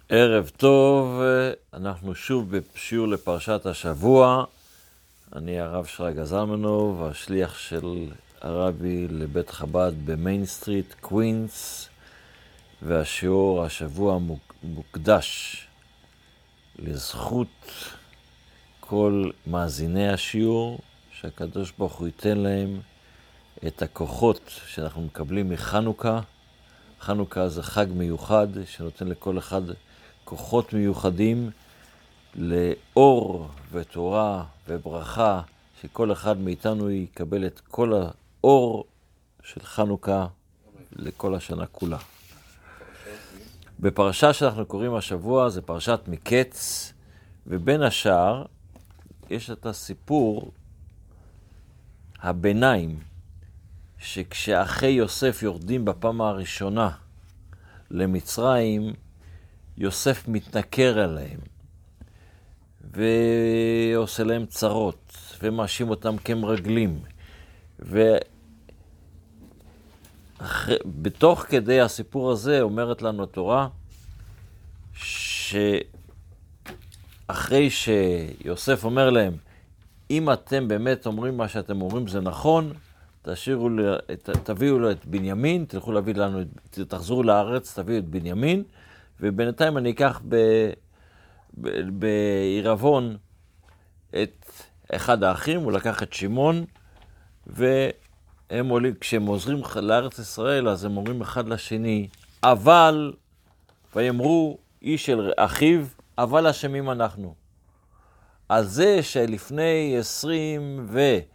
ערב טוב, אנחנו שוב בשיעור לפרשת השבוע. אני הרב שרגא זלמנוב, השליח של הרבי לבית חב"ד במיין סטריט, קווינס, והשיעור השבוע מוקדש לזכות כל מאזיני השיעור, שהקדוש ברוך הוא ייתן להם את הכוחות שאנחנו מקבלים מחנוכה. חנוכה זה חג מיוחד שנותן לכל אחד כוחות מיוחדים לאור ותורה וברכה, שכל אחד מאיתנו יקבל את כל האור של חנוכה לכל השנה כולה. בפרשה שאנחנו קוראים השבוע זה פרשת מקץ, ובין השאר יש את הסיפור הביניים, שכשאחי יוסף יורדים בפעם הראשונה למצרים, יוסף מתנכר עליהם, ועושה להם צרות, ומאשים אותם כמרגלים. ובתוך כדי הסיפור הזה אומרת לנו התורה, שאחרי שיוסף אומר להם, אם אתם באמת אומרים מה שאתם אומרים זה נכון, תביאו לו את בנימין, תחזרו לארץ, תביאו את בנימין, ובינתיים אני אקח בעירבון את אחד האחים, הוא לקח את שמעון, והם עולים, כשהם עוזרים לארץ ישראל, אז הם אומרים אחד לשני, אבל, ויאמרו איש אל אחיו, אבל אשמים אנחנו. על זה שלפני 20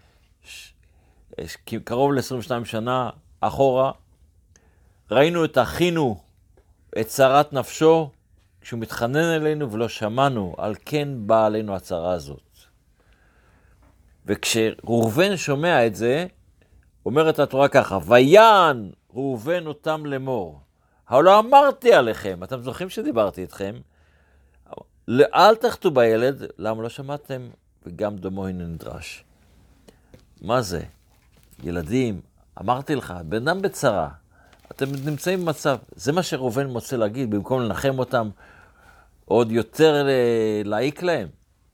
קרוב ל-22 שנה אחורה, ראינו את אחינו, את צרת נפשו, כשהוא מתחנן אלינו ולא שמענו, על כן באה עלינו הצרה הזאת. וכשראובן שומע את זה, אומרת התורה ככה, ויען ראובן אותם לאמור, לא אמרתי עליכם, אתם זוכרים שדיברתי איתכם, אל תחתו בילד, למה לא שמעתם? וגם דמו הנה נדרש. מה זה? ילדים, אמרתי לך, בן אדם בצרה, אתם נמצאים במצב, זה מה שראובן מוצא להגיד, במקום לנחם אותם, עוד יותר להעיק להם.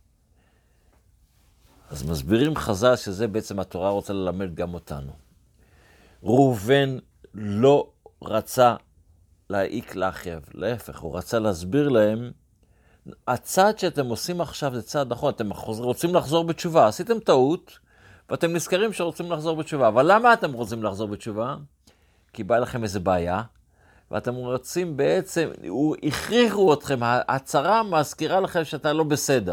אז מסבירים חז"ל שזה בעצם התורה רוצה ללמד גם אותנו. ראובן לא רצה להעיק לאחיו, להפך, הוא רצה להסביר להם, הצעד שאתם עושים עכשיו זה צעד נכון, אתם רוצים לחזור בתשובה, עשיתם טעות, ואתם נזכרים שרוצים לחזור בתשובה. אבל למה אתם רוצים לחזור בתשובה? כי בא לכם איזה בעיה, ואתם רוצים בעצם, הכריחו אתכם, הצרה מזכירה לכם שאתה לא בסדר.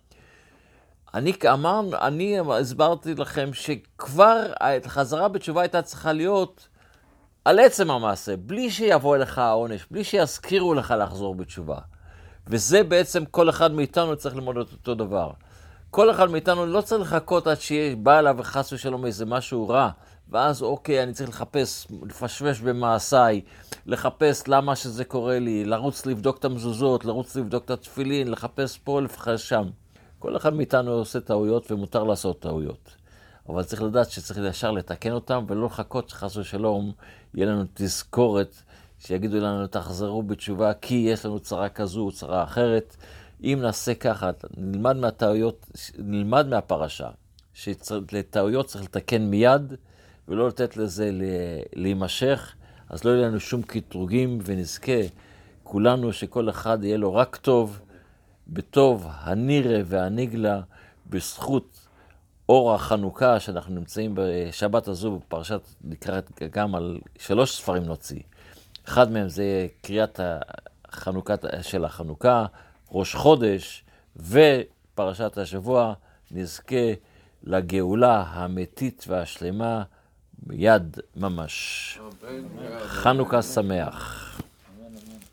אני הסברתי לכם שכבר החזרה בתשובה הייתה צריכה להיות על עצם המעשה, בלי שיבוא לך העונש, בלי שיזכירו לך לחזור בתשובה. וזה בעצם כל אחד מאיתנו צריך ללמוד את אותו דבר. כל אחד מאיתנו לא צריך לחכות עד שבא אליו וחס ושלום איזה משהו רע, ואז אוקיי, אני צריך לחפש, לפשפש במעשיי, לחפש למה שזה קורה לי, לרוץ לבדוק את המזוזות, לרוץ לבדוק את התפילין, לחפש פה, לפחש שם. כל אחד מאיתנו עושה טעויות ומותר לעשות טעויות. אבל צריך לדעת שצריך ישר לתקן אותם, ולא לחכות שחס ושלום יהיה לנו תזכורת, שיגידו לנו תחזרו בתשובה, כי יש לנו צרה כזו, צרה אחרת. אם נעשה ככה, נלמד מהטעויות, נלמד מהפרשה, שלטעויות צריך לתקן מיד, ולא לתת לזה להימשך, אז לא יהיה לנו שום קטרוגים, ונזכה כולנו שכל אחד יהיה לו רק טוב, בטוב הנירה והניגלה, בזכות אור החנוכה, שאנחנו נמצאים בשבת הזו, בפרשת נקרא גם על 3 ספרים נוציא. אחד מהם זה קריאת החנוכה של החנוכה, ראש חודש, ופרשת השבוע, נזכה לגאולה האמיתית והשלמה מיד ממש. חנוכה שמח.